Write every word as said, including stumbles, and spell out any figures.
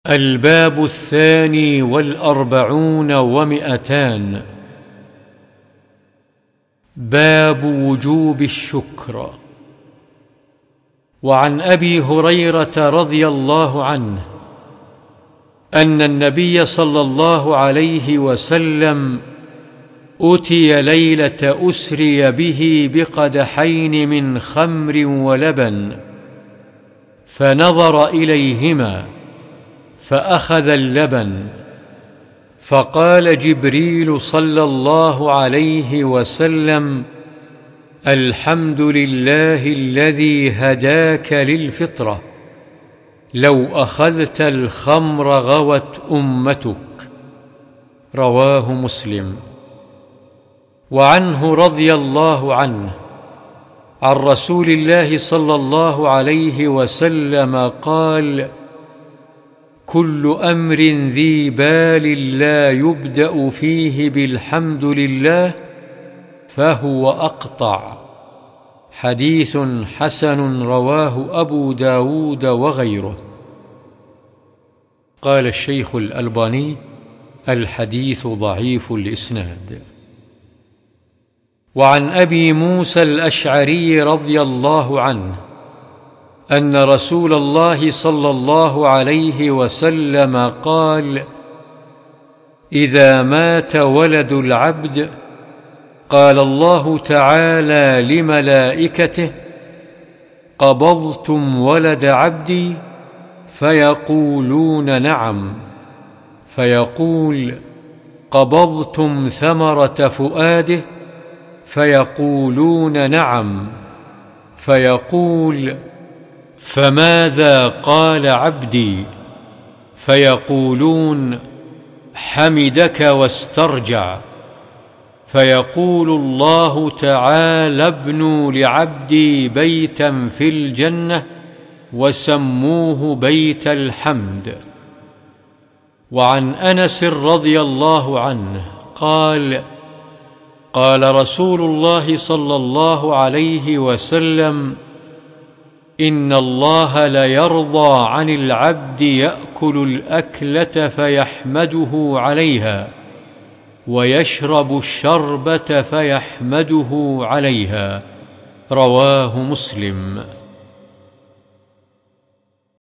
الباب الثاني والأربعون ومئتان. باب وجوب الشكر. وعن أبي هريرة رضي الله عنه أن النبي صلى الله عليه وسلم أتي ليلة أسري به بقدحين من خمر ولبن، فنظر إليهما فأخذ اللبن، فقال جبريل صلى الله عليه وسلم: الحمد لله الذي هداك للفطرة، لو أخذت الخمر غوت أمتك. رواه مسلم. وعنه رضي الله عنه عن رسول الله صلى الله عليه وسلم قال: كل أمر ذي بال لا يبدأ فيه بالحمد لله فهو أقطع. حديث حسن رواه أبو داود وغيره. قال الشيخ الألباني: الحديث ضعيف الإسناد. وعن أبي موسى الأشعري رضي الله عنه أن رسول الله صلى الله عليه وسلم قال: إذا مات ولد العبد قال الله تعالى لملائكته: قبضتم ولد عبدي؟ فيقولون: نعم. فيقول: قبضتم ثمرة فؤاده؟ فيقولون: نعم. فيقول: فماذا قال عبدي؟ فيقولون: حمدك واسترجع. فيقول الله تعالى: ابنوا لعبدي بيتا في الجنة وسموه بيت الحمد. وعن أنس رضي الله عنه قال: قال رسول الله صلى الله عليه وسلم: إن الله ليرضى عن العبد يأكل الأكلة فيحمده عليها، ويشرب الشربة فيحمده عليها. رواه مسلم.